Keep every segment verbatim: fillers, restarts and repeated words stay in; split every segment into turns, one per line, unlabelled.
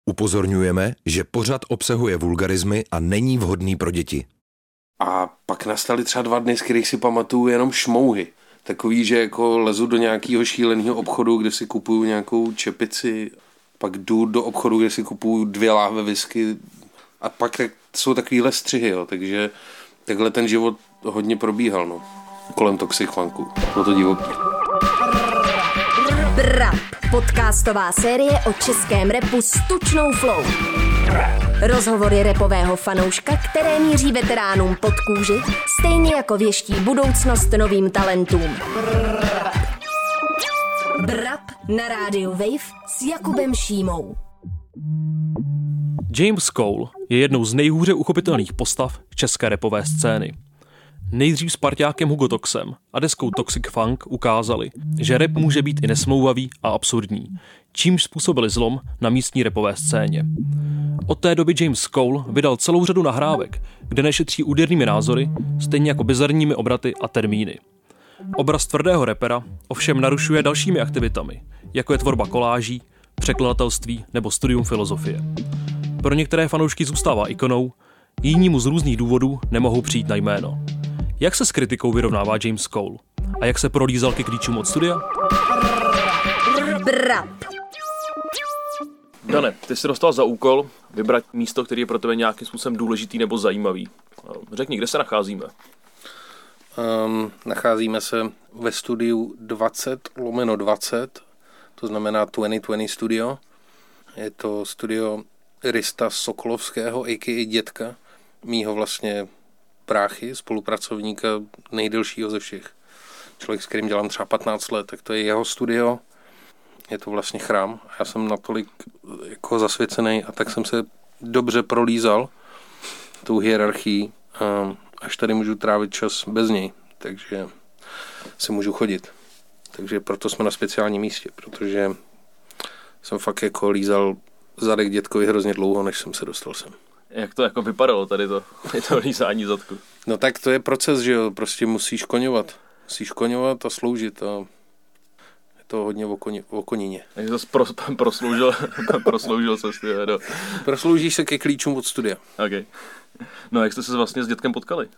Upozorňujeme, že pořad obsahuje vulgarismy a není vhodný pro děti.
A pak nastaly třeba dva dny, z kterých si pamatuju jenom šmouhy. Takový, že jako lezu do nějakého šíleného obchodu, kde si kupuju nějakou čepici, pak jdu do obchodu, kde si kupuju dvě láhve whisky a pak tak, jsou takovýhle střihy, jo. Takže takhle ten život hodně probíhal, no. Kolem Toxic Funku. Bylo to divoký.
Brap, podcastová série o českém rapu s tučnou flow. Rozhovory rapového fanouška, které míří veteránům pod kůži, stejně jako věští budoucnost novým talentům. Brap na rádiu Wave s Jakubem Šímou.
James Cole je jednou z nejhůře uchopitelných postav české rapové scény. Nejdřív s parťákem Hugo Toxem a deskou Toxic Funk ukázali, že rap může být i nesmouvavý a absurdní, čímž způsobili zlom na místní rapové scéně. Od té doby James Cole vydal celou řadu nahrávek, kde nešetří údernými názory, stejně jako bizarními obraty a termíny. Obraz tvrdého rapera ovšem narušuje dalšími aktivitami, jako je tvorba koláží, překladatelství nebo studium filozofie. Pro některé fanoušky zůstává ikonou, jiní mu z různých důvodů nemohou přijít na jméno. Jak se s kritikou vyrovnává James Cole? A jak se prolízal ke klíčům od studia?
Brap.
Dane, ty jsi dostal za úkol vybrat místo, které je pro tebe nějakým způsobem důležitý nebo zajímavý. Řekni, kde se nacházíme?
Um, nacházíme se ve studiu dvacet lomeno dvacet, to znamená dvacet dvacet studio. Je to studio Rista Sokolovského, a k a. dětka, mýho vlastně bráchy, spolupracovníka nejdelšího ze všech. Člověk, s kterým dělám třeba patnáct let, tak to je jeho studio. Je to vlastně chrám. Já jsem natolik jako zasvěcený a tak jsem se dobře prolízal tou hierarchií, až tady můžu trávit čas bez něj, takže si můžu chodit. Takže proto jsme na speciálním místě, protože jsem fakt jako lízal zadek dětkovi hrozně dlouho, než jsem se dostal sem.
Jak to jako vypadalo tady to, to lízání zadku?
No tak to je proces, že jo, prostě musíš koňovat. Musíš koňovat a sloužit a je to hodně o, koni, o konině.
Takže to pro, prosloužil, prosloužil se ty, do...
Prosloužíš se ke klíčům od studia.
Okay. No a jak jste se vlastně s dětkem potkali?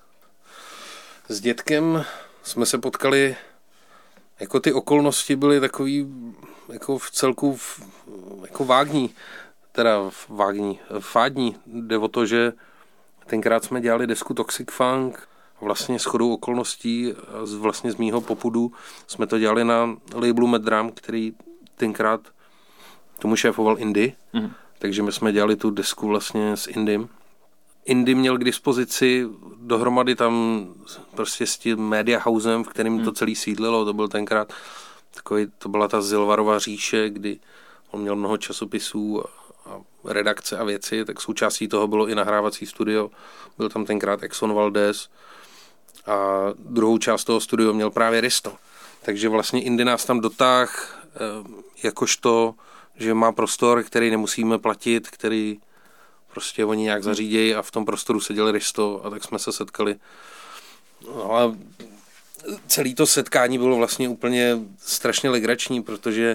S dětkem jsme se potkali, jako ty okolnosti byly takový, jako v celku v, jako vágní. Teda vágní, fádní. Jde o to, že tenkrát jsme dělali desku Toxic Funk a vlastně shodou okolností z, vlastně z mýho popudu jsme to dělali na labelu Mad Drum, který tenkrát tomu šéfoval Indy, mm. takže my jsme dělali tu desku vlastně s Indym. Indy měl k dispozici dohromady tam prostě s tím Media Housem, v kterém mm. to celé sídlilo, to byl tenkrát takový, to byla ta Zilvarova říše, kdy on měl mnoho časopisů a redakce a věci, tak součástí toho bylo i nahrávací studio. Byl tam tenkrát Exxon Valdez a druhou část toho studia měl právě Risto. Takže vlastně Indy nás tam dotáh jakožto, že má prostor, který nemusíme platit, který prostě oni nějak zařídějí a v tom prostoru seděl Risto a tak jsme se setkali. No a celé to setkání bylo vlastně úplně strašně legrační, protože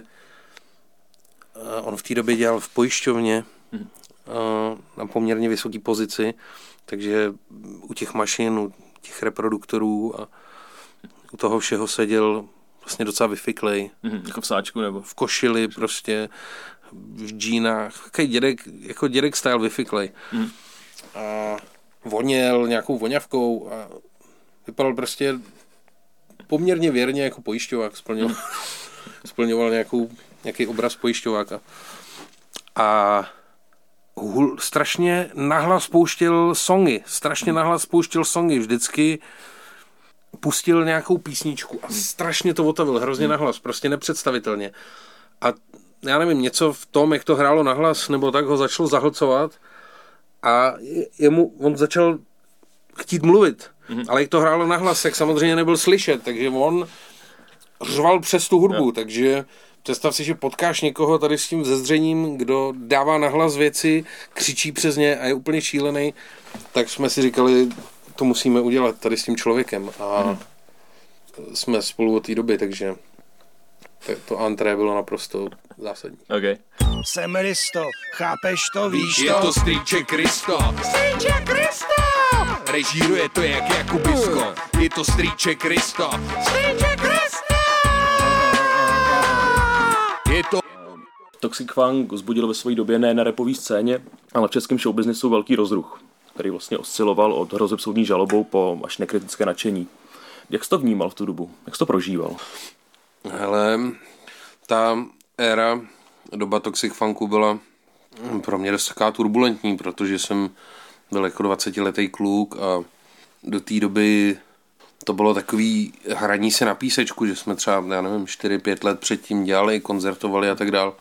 on v té době dělal v pojišťovně hmm. na poměrně vysoké pozici, takže u těch mašin, u těch reproduktorů a u toho všeho seděl vlastně docela vyfiklej.
Hmm, jako v sáčku nebo?
V košili prostě, v džínách, takový dědek, jako dědek style vyfiklej. Hmm. A voněl nějakou voňavkou a vypadal prostě poměrně věrně jako pojišťovák, splňoval, splňoval nějakou nějaký obraz pojišťováka. A hul, strašně nahlas pouštěl songy. Strašně nahlas pouštěl songy. Vždycky pustil nějakou písničku a strašně to otavil. Hrozně nahlas. Prostě nepředstavitelně. A já nevím, něco v tom, jak to hrálo nahlas, nebo tak ho začalo zahlcovat a jemu, on začal chtít mluvit. Mm-hmm. Ale jak to hrálo nahlas, jak samozřejmě nebyl slyšet. Takže on řval přes tu hudbu. Yeah. Takže představ si, že potkáš někoho tady s tím vzezřením, kdo dává nahlas věci, křičí přes ně a je úplně šílený, tak jsme si říkali, to musíme udělat tady s tím člověkem a hmm. jsme spolu od té doby, takže to, to antré bylo naprosto zásadní.
Okay.
Jsem Risto, chápeš to, víš to?
Je to strýček Risto.
Strýček Risto!
Režíruje to jak Jakubisko. Je to strýček Risto.
Strýček Risto!
Je to...
Toxic Funk vzbudil ve své době ne na rapové scéně, ale v českém showbiznesu velký rozruch, který vlastně osciloval od hrozeb soudní žalobou po až nekritické nadšení. Jak jsi to vnímal v tu dobu? Jak jsi to prožíval?
Hele, ta éra, doba Toxic Funku byla pro mě dost taková turbulentní, protože jsem byl jako dvacetiletý kluk a do té doby to bylo takový hraní se na písečku, že jsme třeba, já nevím, čtyři pět let předtím dělali, koncertovali a tak dál.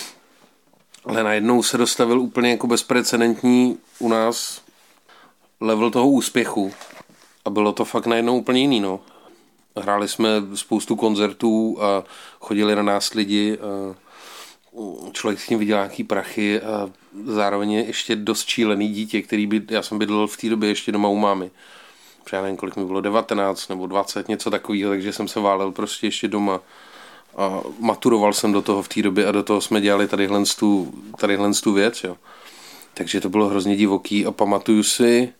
Ale najednou se dostavil úplně jako bezprecedentní u nás level toho úspěchu a bylo to fakt najednou úplně jiný, no. Hráli jsme spoustu koncertů a chodili na nás lidi a člověk s tím viděl nějaký prachy a zároveň ještě dost šílený dítě, který by, já jsem bydlel v té době ještě doma u mámy. Já nevím, kolik mi bylo, devatenáct nebo dvacet, něco takového, takže jsem se válel prostě ještě doma a maturoval jsem do toho v té době a do toho jsme dělali tadyhle tu, tadyhle tu věc, jo. Takže to bylo hrozně divoký a pamatuju si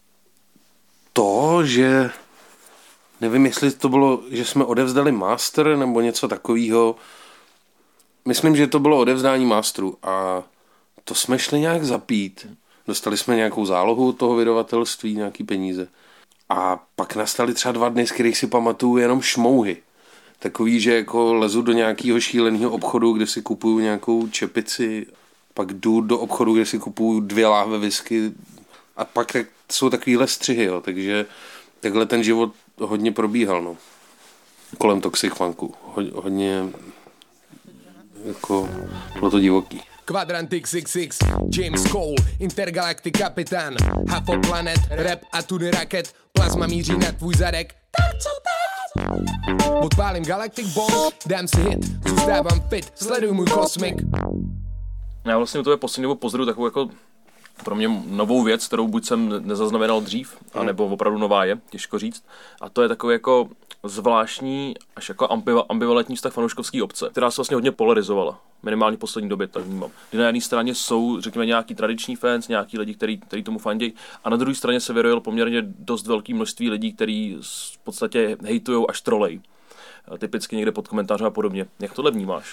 to, že nevím, jestli to bylo, že jsme odevzdali master nebo něco takového. Myslím, že to bylo odevzdání masteru a to jsme šli nějak zapít. Dostali jsme nějakou zálohu toho vydavatelství, nějaký peníze. A pak nastaly třeba dva dny, z kterých si pamatuju jenom šmouhy. Takový, že jako lezu do nějakého šíleného obchodu, kde si kupuju nějakou čepici, pak jdu do obchodu, kde si kupuju dvě láhve whisky a pak tak, jsou takovýhle střihy, jo. Takže takhle ten život hodně probíhal, no. Kolem Toxic Funku. Hodně jako bylo to divoký.
Quadrantic šest šest, James Cole, Intergalactic kapitán, Hafo Planet, rap a tudy raket, plazma míří na tvůj zadek. Tak co teď? Odpálím Galactic Bomb, dám si hit, zůstávám fit, sleduj můj kosmik.
Já vlastně u tebe poslední dobu pozoruju takovou jako pro mě novou věc, kterou buď jsem nezaznamenal dřív, anebo opravdu nová je, těžko říct. A to je takový jako zvláštní, až jako ambivalentní vztah fanouškovské obce, která se vlastně hodně polarizovala. Minimálně v poslední době, tak vnímám. Kdy na jedné straně jsou, řekněme, nějaký tradiční fans, nějaký lidi, který, který tomu fandějí, a na druhé straně se vyrojil poměrně dost velké množství lidí, kteří v podstatě hejtujou až trolej. Typicky někde pod komentářem a podobně. Jak tohle vnímáš?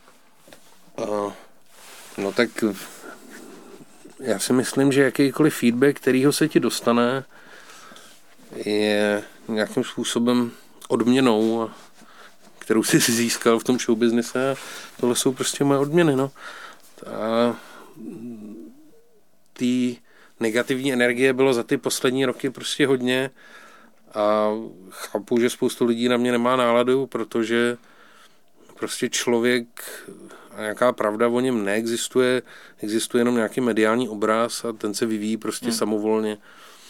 Uh, no tak já si myslím, že jakýkoliv feedback, kterýho se ti dostane, je nějakým způsobem odměnou, kterou jsi získal v tom showbiznise. Tohle jsou prostě moje odměny, no. A té negativní energie bylo za ty poslední roky prostě hodně a chápu, že spoustu lidí na mě nemá náladu, protože prostě člověk a nějaká pravda o něm neexistuje, existuje jenom nějaký mediální obraz a ten se vyvíjí prostě hmm. samovolně.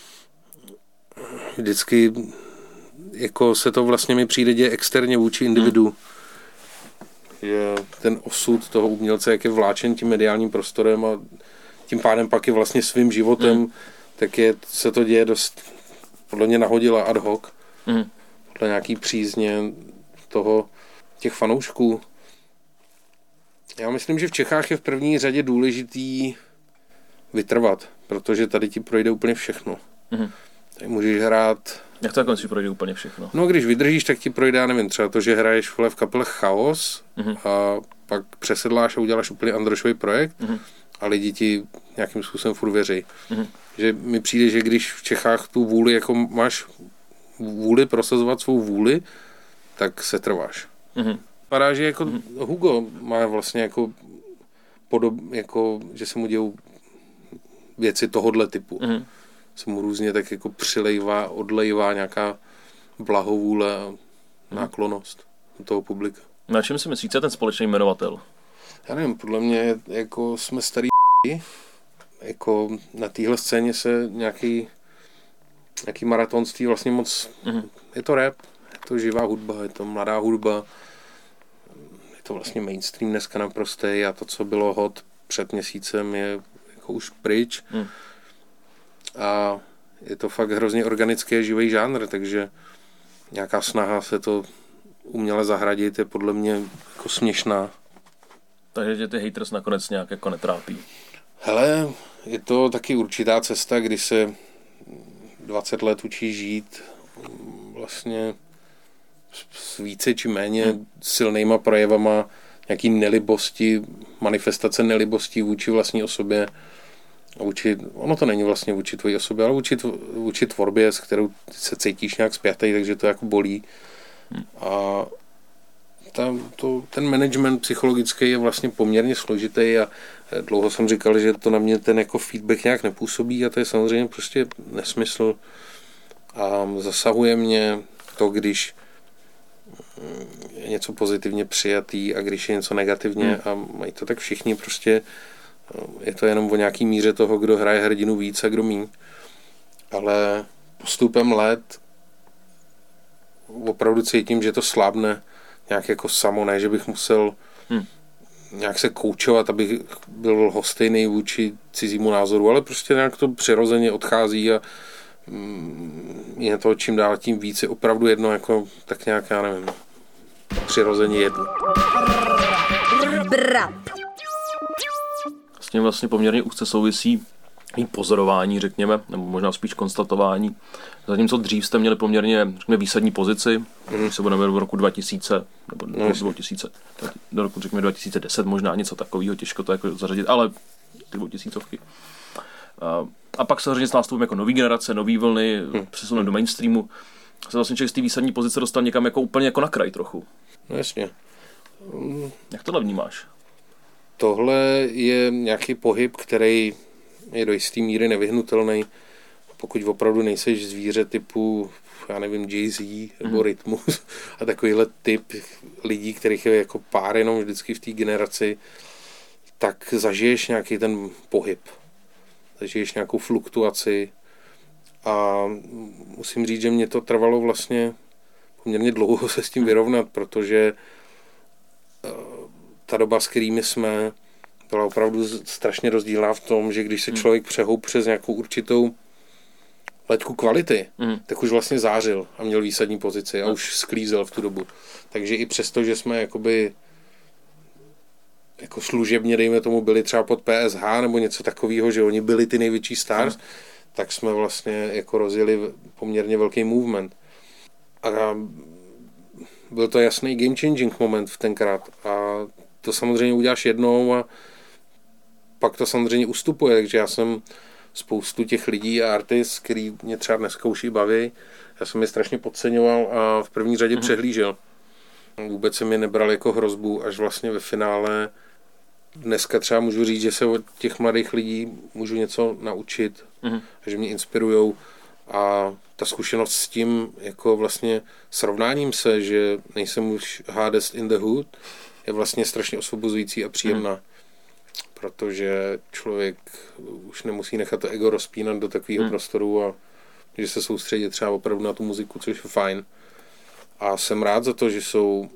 Vždycky jako se to vlastně mi přijde děje externě vůči individu. Hmm. Že ten osud toho umělce, jak je vláčen tím mediálním prostorem a tím pádem pak je vlastně svým životem, hmm. tak je, se to děje dost podle mě nahodila ad hoc. Hmm. Podle nějaký přízně toho těch fanoušků. Já myslím, že v Čechách je v první řadě důležitý vytrvat, protože tady ti projde úplně všechno. Mm-hmm. Tak můžeš hrát...
Jak to jako si projde úplně všechno?
No, když vydržíš, tak ti projde, já nevím, třeba to, že hraješ vole v kapele Chaos mm-hmm. a pak přesedláš a uděláš úplně Androšový projekt mm-hmm. a lidi ti nějakým způsobem furt věří. Mm-hmm. Že mi přijde, že když v Čechách tu vůli, jako máš vůli prosazovat svou vůli, tak se trváš. Mm-hmm. Vypadá, že jako mm-hmm. Hugo má vlastně jako podob, jako, že se mu dějou věci tohodle typu. Mm-hmm. Se mu různě tak jako přilejvá, odlejvá nějaká blahovůle a náklonnost mm-hmm. toho publika.
Na čem si myslíte ten společný jmenovatel?
Já nevím, podle mě jako jsme starý jako na téhle scéně se nějaký nějaký maratonství vlastně moc mm-hmm. je to rap, je to živá hudba, je to mladá hudba, je to vlastně mainstream dneska naprostej a to, co bylo hot před měsícem, je jako už pryč mm. a je to fakt hrozně organický živý žánr, takže nějaká snaha se to uměle zahradit, je podle mě jako směšná.
Takže tě ty haters nakonec nějak jako netrápí.
Hele, je to taky určitá cesta, kdy se dvacet let učí žít vlastně s více či méně hmm. silnejma projevama nějaký nelibosti, manifestace nelibosti vůči vlastní osobě. Vůči, ono to není vlastně vůči tvojí osobě, ale vůči, vůči tvorbě, s kterou se cítíš nějak spjatý, takže to jako bolí. Hmm. A ta, to, ten management psychologický je vlastně poměrně složitý a dlouho jsem říkal, že to na mě ten jako feedback nějak nepůsobí a to je samozřejmě prostě nesmysl. A zasahuje mě to, když je něco pozitivně přijatý a když je něco negativně hmm. a mají to tak všichni prostě, je to jenom o nějaký míře toho, kdo hraje hrdinu víc a kdo míň. Ale postupem let opravdu cítím, že to slábne nějak jako samo, ne, že bych musel hmm. nějak se koučovat, abych byl hostejný vůči cizímu názoru, ale prostě nějak to přirozeně odchází a mm, je to čím dál tím víc je opravdu jedno, jako tak nějak, já nevím, přirozeně jedno.
Brat.
S tím vlastně poměrně úzce souvisí i pozorování, řekněme, nebo možná spíš konstatování. Zatímco dřív jste měli poměrně, řekněme, výsadní pozici, když se budeme do roku dva tisíce, nebo do roku dva tisíce, do roku, řekněme, dva tisíce deset, možná něco takového, těžko to jako zařadit, ale ty dvoutisícovky. A, a pak se hodně s nástupem jako nový generace, nový vlny, hmm. přesunuli do mainstreamu. Se vlastně člověk z té výsadní pozice dostal někam jako úplně jako na kraj trochu.
No jasně.
Jak tohle vnímáš?
Tohle je nějaký pohyb, který je do jistý míry nevyhnutelný. Pokud opravdu nejseš zvíře typu, já nevím, Jay-Z nebo mm. Rytmus a takovýhle typ lidí, kterých je jako pár jenom vždycky v té generaci, tak zažiješ nějaký ten pohyb. Zažiješ nějakou fluktuaci a musím říct, že mě to trvalo vlastně poměrně dlouho se s tím vyrovnat, protože ta doba, s kterými jsme, byla opravdu strašně rozdílná v tom, že když se člověk přehoup přes nějakou určitou letku kvality, mm. tak už vlastně zářil a měl výsadní pozici a mm. už sklízel v tu dobu. Takže i přesto, že jsme jakoby jako služebně, dejme tomu, byli třeba pod P S H nebo něco takového, že oni byli ty největší stars, mm. tak jsme vlastně jako rozjeli poměrně velký movement. A byl to jasný game changing moment v tenkrát a to samozřejmě uděláš jednou a pak to samozřejmě ustupuje, takže já jsem spoustu těch lidí a artist, který mě třeba neskouší baví, já jsem je strašně podceňoval a v první řadě mm. přehlížel. Vůbec jsem je nebral jako hrozbu, až vlastně ve finále dneska třeba můžu říct, že se od těch mladých lidí můžu něco naučit mm. a že mě inspirujou a ta zkušenost s tím jako vlastně srovnáním se, že nejsem už hardest in the hood, je vlastně strašně osvobozující a příjemná. Mm. Protože člověk už nemusí nechat to ego rozpínat do takového hmm. prostoru a že se soustředí třeba opravdu na tu muziku, což je fajn. A jsem rád za to, že jsou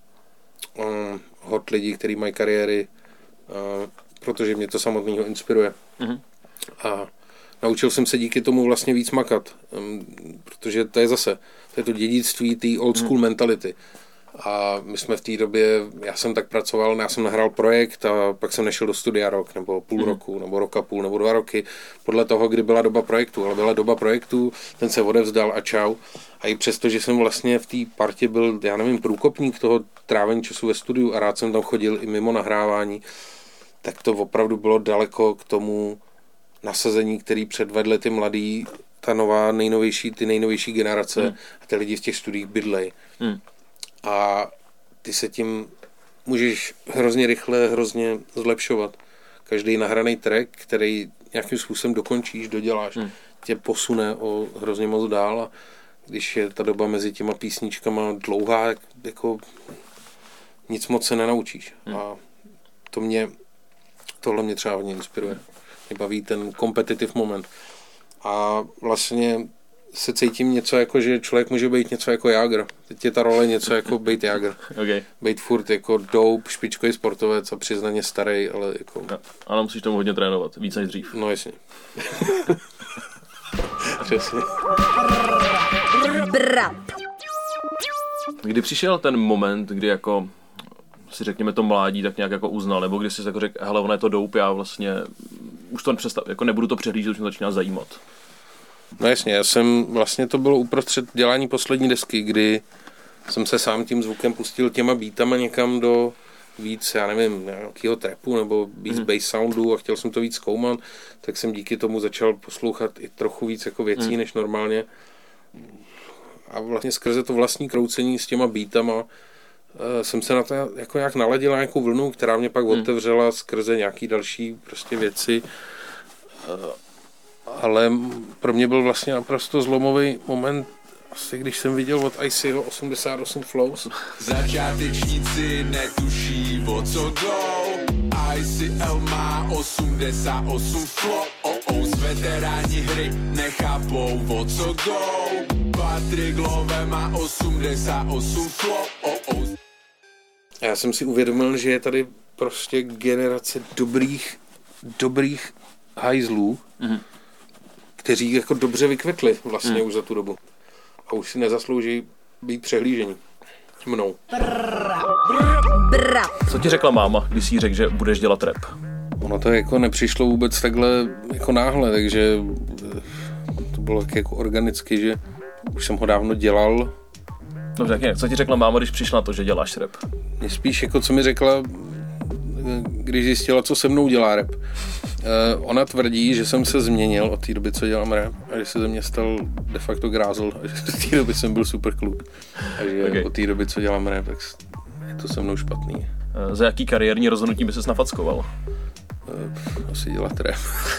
um, hot lidi, kteří mají kariéry, uh, protože mě to samotného inspiruje. Hmm. A naučil jsem se díky tomu vlastně víc makat, um, protože to je zase, to je to dědictví té old school hmm. mentality. A my jsme v té době, já jsem tak pracoval, já jsem nahrál projekt a pak jsem nešel do studia rok, nebo půl mm. roku, nebo rok a půl, nebo dva roky, podle toho, kdy byla doba projektu. Ale byla doba projektu, ten se odevzdal a čau. A i přesto, že jsem vlastně v té partě byl, já nevím, průkopník toho trávení času ve studiu a rád jsem tam chodil i mimo nahrávání, tak to opravdu bylo daleko k tomu nasazení, který předvedli ty mladí, ta nová, nejnovější, ty nejnovější generace mm. a ty lidi v těch studiích bydlej. Mm. A ty se tím můžeš hrozně rychle, hrozně zlepšovat. Každý nahraný track, který nějakým způsobem dokončíš, doděláš, hmm. tě posune o hrozně moc dál a když je ta doba mezi těma písničkama dlouhá, jako nic moc se nenaučíš. Hmm. A to mě, tohle mě třeba hodně inspiruje. Mě baví ten competitive moment. A vlastně se cítím něco jako, že člověk může být něco jako Jágr. Teď je ta role něco jako být Jágr.
Okay.
Být furt jako dope, špičkový sportovec a přiznaně starý, ale jako...
No, ale musíš tomu hodně trénovat, víc než dřív.
No jasně. Přesně.
Brat.
Kdy přišel ten moment, kdy jako si řekněme to mládí tak nějak jako uznal, nebo když jsi jako řekl, hele, ono je to dope, já vlastně už to přestav, jako nebudu to přehlížet, už mě začíná zajímat.
No jasně, já jsem, vlastně to bylo uprostřed dělání poslední desky, kdy jsem se sám tím zvukem pustil těma beatama někam do víc, já nevím, nějakého trapu nebo víc mm. bass soundu a chtěl jsem to víc zkoumat, tak jsem díky tomu začal poslouchat i trochu víc jako věcí mm. než normálně. A vlastně skrze to vlastní kroucení s těma beatama uh, jsem se na to jako nějak naladil na nějakou vlnu, která mě pak mm. otevřela skrze nějaký další prostě věci. Uh, ale pro mě byl vlastně naprosto zlomový moment, asi když jsem viděl od I C osmdesát osm Flows.
Začátečníci netuší, o co jdou. I C L má osmdesát osm flow. Oh, oh, z veteráni hry nechápou, o co jdou. Patrik Love má osmdesát osm flow. Oh, oh.
A já jsem si uvědomil, že je tady prostě generace dobrých, dobrých hajzlů, mm-hmm. kteří jako dobře vykvetli vlastně mm. už za tu dobu. A už si nezaslouží být přehlížení mnou.
Brap.
Co ti řekla máma, když jsi řekl, že budeš dělat rap?
Ono to jako nepřišlo vůbec takhle jako náhle, takže to bylo tak jako organicky, že už jsem ho dávno dělal.
Dobře, jak co ti řekla máma, když přišla na to, že děláš rap?
Mě spíš jako co mi řekla, když zjistila, co se mnou dělá rap. Uh, ona tvrdí, že jsem se změnil od té doby, co dělám rap, a že se ze mě stal de facto grázl, a že od té doby jsem byl super kluk. A že okay. od té doby, co dělám rap, tak je to se mnou špatný.
Uh, za jaký kariérní rozhodnutí by ses nafackoval?
Uh, asi dělat rap.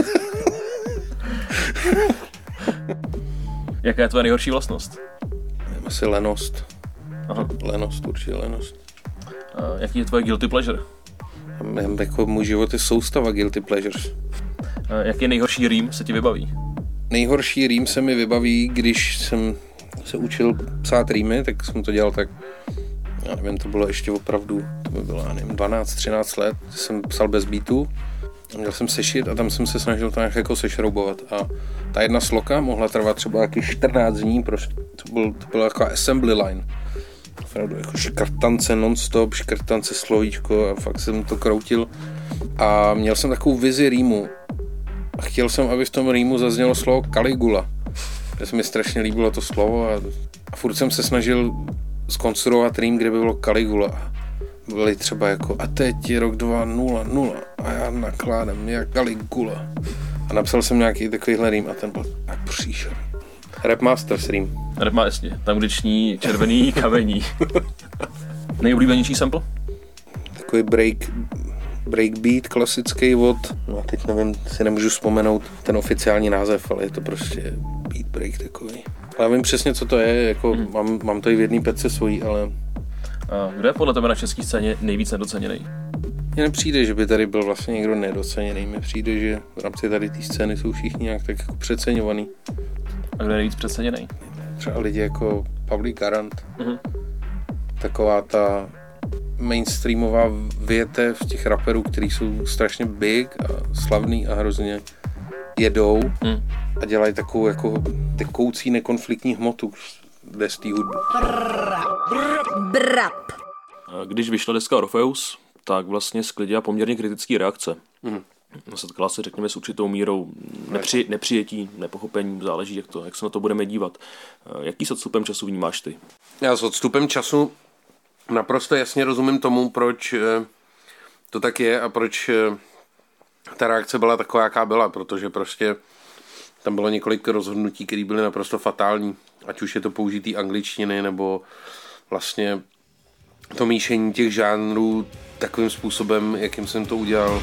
Jaká je tvoje nejhorší vlastnost?
Asi lenost.
Aha.
Lenost, určitě lenost.
Uh, jaký je tvoje guilty pleasure?
Jako můj život je soustava guilty pleasures.
Jaký nejhorší rým se ti vybaví?
Nejhorší rým se mi vybaví, když jsem se učil psát rýmy, tak jsem to dělal tak, já nevím, to bylo ještě opravdu, to by bylo, já nevím, dvanáct třináct let, jsem psal bez beatu, měl jsem sešit a tam jsem se snažil to nějak jako sešroubovat a ta jedna sloka mohla trvat třeba jaký čtrnáct dní, protože to, byl, to byla taková assembly line. Opravdu jako škrtance non-stop, škrtance slovíčko a fakt jsem to kroutil a měl jsem takovou vizi rýmu a chtěl jsem, aby v tom rýmu zaznělo slovo Caligula, protože se mi strašně líbilo to slovo a, a furt jsem se snažil zkonstruovat rým, kde by bylo Caligula. Byly třeba jako a teď je rok dva nula nula a já nakládám jak Caligula a napsal jsem nějaký takovýhle rým a ten byl tak příšerný. Rap Masters rým.
Rap má jasně, tam kde ční červený kamení. Nejoblíbenější sample?
Takový break, breakbeat klasický od, no teď nevím, si nemůžu vzpomenout ten oficiální název, ale je to prostě beat break takový. Ale já vím přesně, co to je, jako hmm. mám, mám to i v jedné pece svojí, ale...
A kdo je podle tebe na české scéně nejvíc nedoceněný?
Mně nepřijde, že by tady byl vlastně někdo nedoceněný, mně přijde, že v rámci tady té scény jsou všichni nějak tak jako přeceňovaný.
A kdo je nejvíc přeceněný?
Třeba lidi jako Public Garant,
uh-huh.
taková ta mainstreamová větev těch raperů, kteří jsou strašně big a slavný a hrozně jedou uh-huh. a dělají takovou jako tekoucí nekonfliktní hmotu bez té hudby.
Brap.
Když vyšla deska Orpheus, tak vlastně sklidila poměrně kritický reakce. Uh-huh. Setkala se, řekněme, s určitou mírou nepři, nepřijetí, nepochopení, záleží, jak, to, jak se na to budeme dívat. Jaký s odstupem času vnímáš ty?
Já s odstupem času naprosto jasně rozumím tomu, proč to tak je a proč ta reakce byla taková, jaká byla, protože prostě tam bylo několik rozhodnutí, které byly naprosto fatální, ať už je to použitý angličtiny, nebo vlastně to míšení těch žánrů takovým způsobem, jakým jsem to udělal.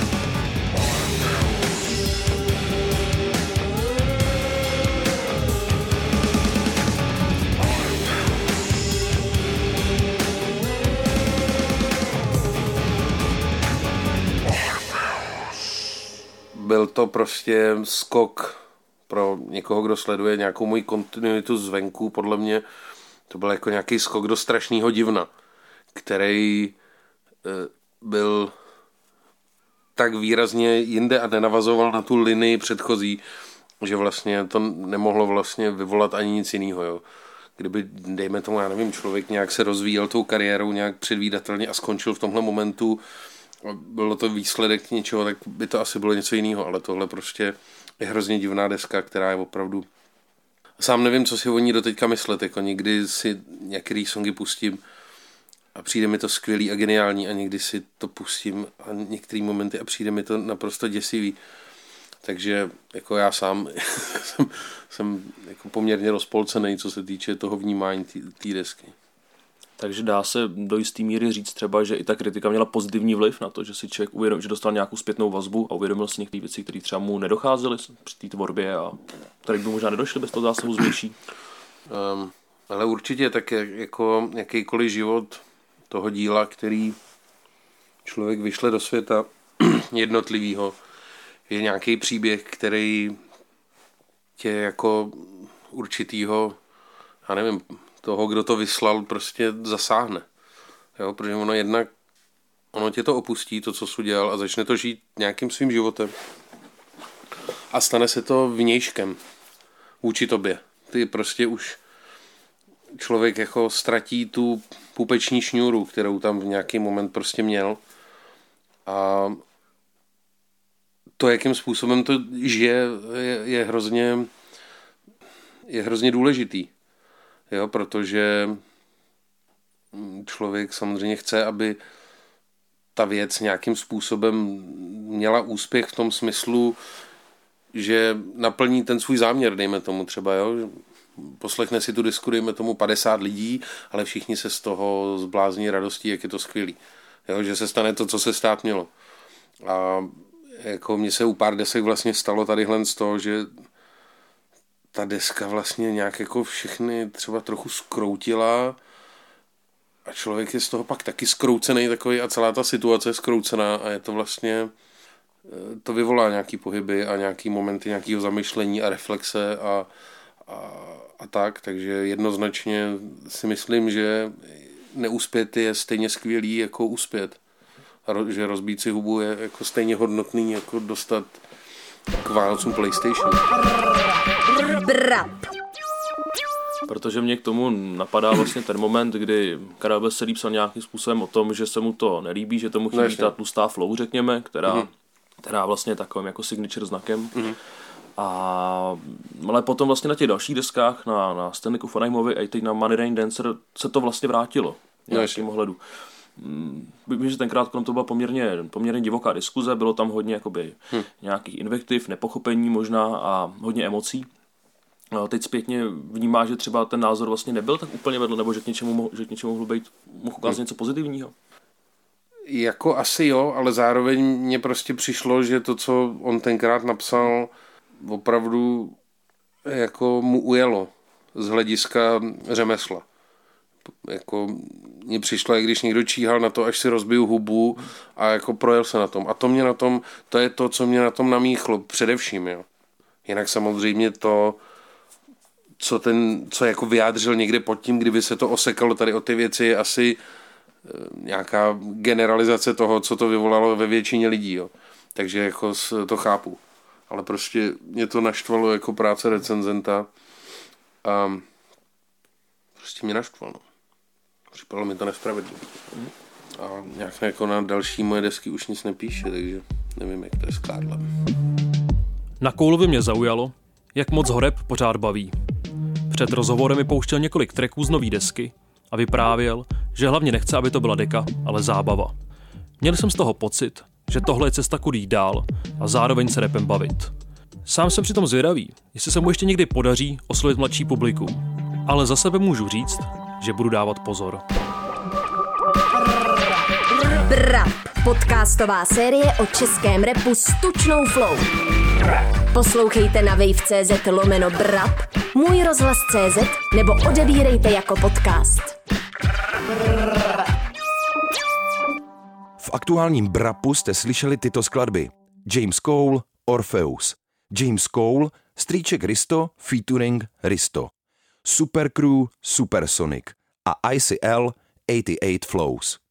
Byl to prostě skok pro někoho, kdo sleduje nějakou moji kontinuitu zvenku, podle mě to byl jako nějaký skok do strašného divna, který e, byl tak výrazně jinde a nenavazoval na tu linii předchozí, že vlastně to nemohlo vlastně vyvolat ani nic jiného. Jo. kdyby, dejme tomu, já nevím, člověk nějak se rozvíjel tou kariérou nějak předvídatelně a skončil v tomhle momentu, bylo to výsledek něčeho, tak by to asi bylo něco jiného, ale tohle prostě je hrozně divná deska, která je opravdu... Sám nevím, co si o ní doteďka myslet, jako někdy si některý songy pustím a přijde mi to skvělý a geniální a někdy si to pustím a některý momenty a přijde mi to naprosto děsivý. Takže jako já sám jsem, jsem jako poměrně rozpolcený, co se týče toho vnímání té desky.
Takže dá se do jistý míry říct třeba, že i ta kritika měla pozitivní vliv na to, že si člověk uvědomil, že dostal nějakou zpětnou vazbu a uvědomil si některé věci, které třeba mu nedocházely při té tvorbě a které by možná nedošly bez toho zásahu zvnější.
Um, ale určitě tak jako jakýkoliv život toho díla, který člověk vyšle do světa jednotlivýho, je nějaký příběh, který tě jako určitýho, já nevím, toho, kdo to vyslal, prostě zasáhne. Jo, protože ono jednak, ono tě to opustí, to, co jsi udělal a začne to žít nějakým svým životem. A stane se to vnějškem vůči tobě. Ty prostě už člověk jako ztratí tu pupeční šňůru, kterou tam v nějaký moment prostě měl. A to, jakým způsobem to žije, je, je hrozně je hrozně důležitý. Jo, protože člověk samozřejmě chce, aby ta věc nějakým způsobem měla úspěch v tom smyslu, že naplní ten svůj záměr, dejme tomu třeba, jo. Poslechne si tu disku, dejme tomu padesát lidí, ale všichni se z toho zblázní radostí, jak je to skvělý. Jo, že se stane to, co se stát mělo. A jako mně se u pár desek vlastně stalo tadyhle z toho, že ta deska vlastně nějak jako všechny třeba trochu skroutila a člověk je z toho pak taky skroucený takový a celá ta situace je skroucená a je to vlastně, to vyvolá nějaký pohyby a nějaký momenty nějakého zamyšlení a reflexe a, a, a tak, takže jednoznačně si myslím, že neuspět je stejně skvělý jako uspět. A že rozbít si hubu je jako stejně hodnotný jako dostat k Vánocům PlayStation.
Brap.
Protože mě k tomu napadá vlastně ten moment, kdy Karel Veselý psal nějakým způsobem o tom, že se mu to nelíbí, že tomu chybí ta tlustá flow, řekněme, která, mm. která vlastně je takovým jako signature znakem. Mm. A, ale potom vlastně na těch dalších deskách, na, na Stanleyku Fanaimovi a i teď na Money Rain Dancer se to vlastně vrátilo v nějakém ohledu. Vím, že tenkrát kolem to byla poměrně, poměrně divoká diskuze, bylo tam hodně jakoby, hmm. nějakých invektiv, nepochopení možná a hodně emocí. A teď zpětně vnímá, že třeba ten názor vlastně nebyl tak úplně vedl, nebo že k něčemu, že k něčemu mohlo být, mohl ukázat hmm. něco pozitivního.
Jako asi jo, ale zároveň mně prostě přišlo, že to, co on tenkrát napsal, opravdu jako mu ujelo z hlediska řemesla. Jako mně přišlo, jak když někdo číhal na to, až si rozbiju hubu a jako projel se na tom. A to mě na tom, to je to, co mě na tom namíchlo především, jo. Jinak samozřejmě to, co ten, co jako vyjádřil někde pod tím, kdyby se to osekalo tady o ty věci, je asi nějaká generalizace toho, co to vyvolalo ve většině lidí, jo. Takže jako to chápu. Ale prostě mě to naštvalo jako práce recenzenta a prostě mě naštvalo, no. Připadalo mi to nespravedlivé. A nějak jako na další moje desky už nic nepíše, takže nevím, jak to je s Karlem.
Na Koulovi mě zaujalo, jak moc ho rap pořád baví. Před rozhovorem mi pouštěl několik tracků z nový desky a vyprávěl, že hlavně nechce, aby to byla deka, ale zábava. Měl jsem z toho pocit, že tohle je cesta kudy jít dál a zároveň se rapem bavit. Sám jsem přitom zvědavý, jestli se mu ještě někdy podaří oslovit mladší publikum. Ale za sebe můžu říct, že budu dávat pozor.
Brap, podcastová série o českém rapu s tučnou flow. Poslouchejte na wave tečka cz lomeno brap, můj rozhlas tečka cz nebo odebírejte jako podcast.
V aktuálním Brapu jste slyšeli tyto skladby. James Cole, Orpheus. James Cole, strýček Risto, featuring Risto. Supercrew, Supersonic a I C L osmdesát osm Flows.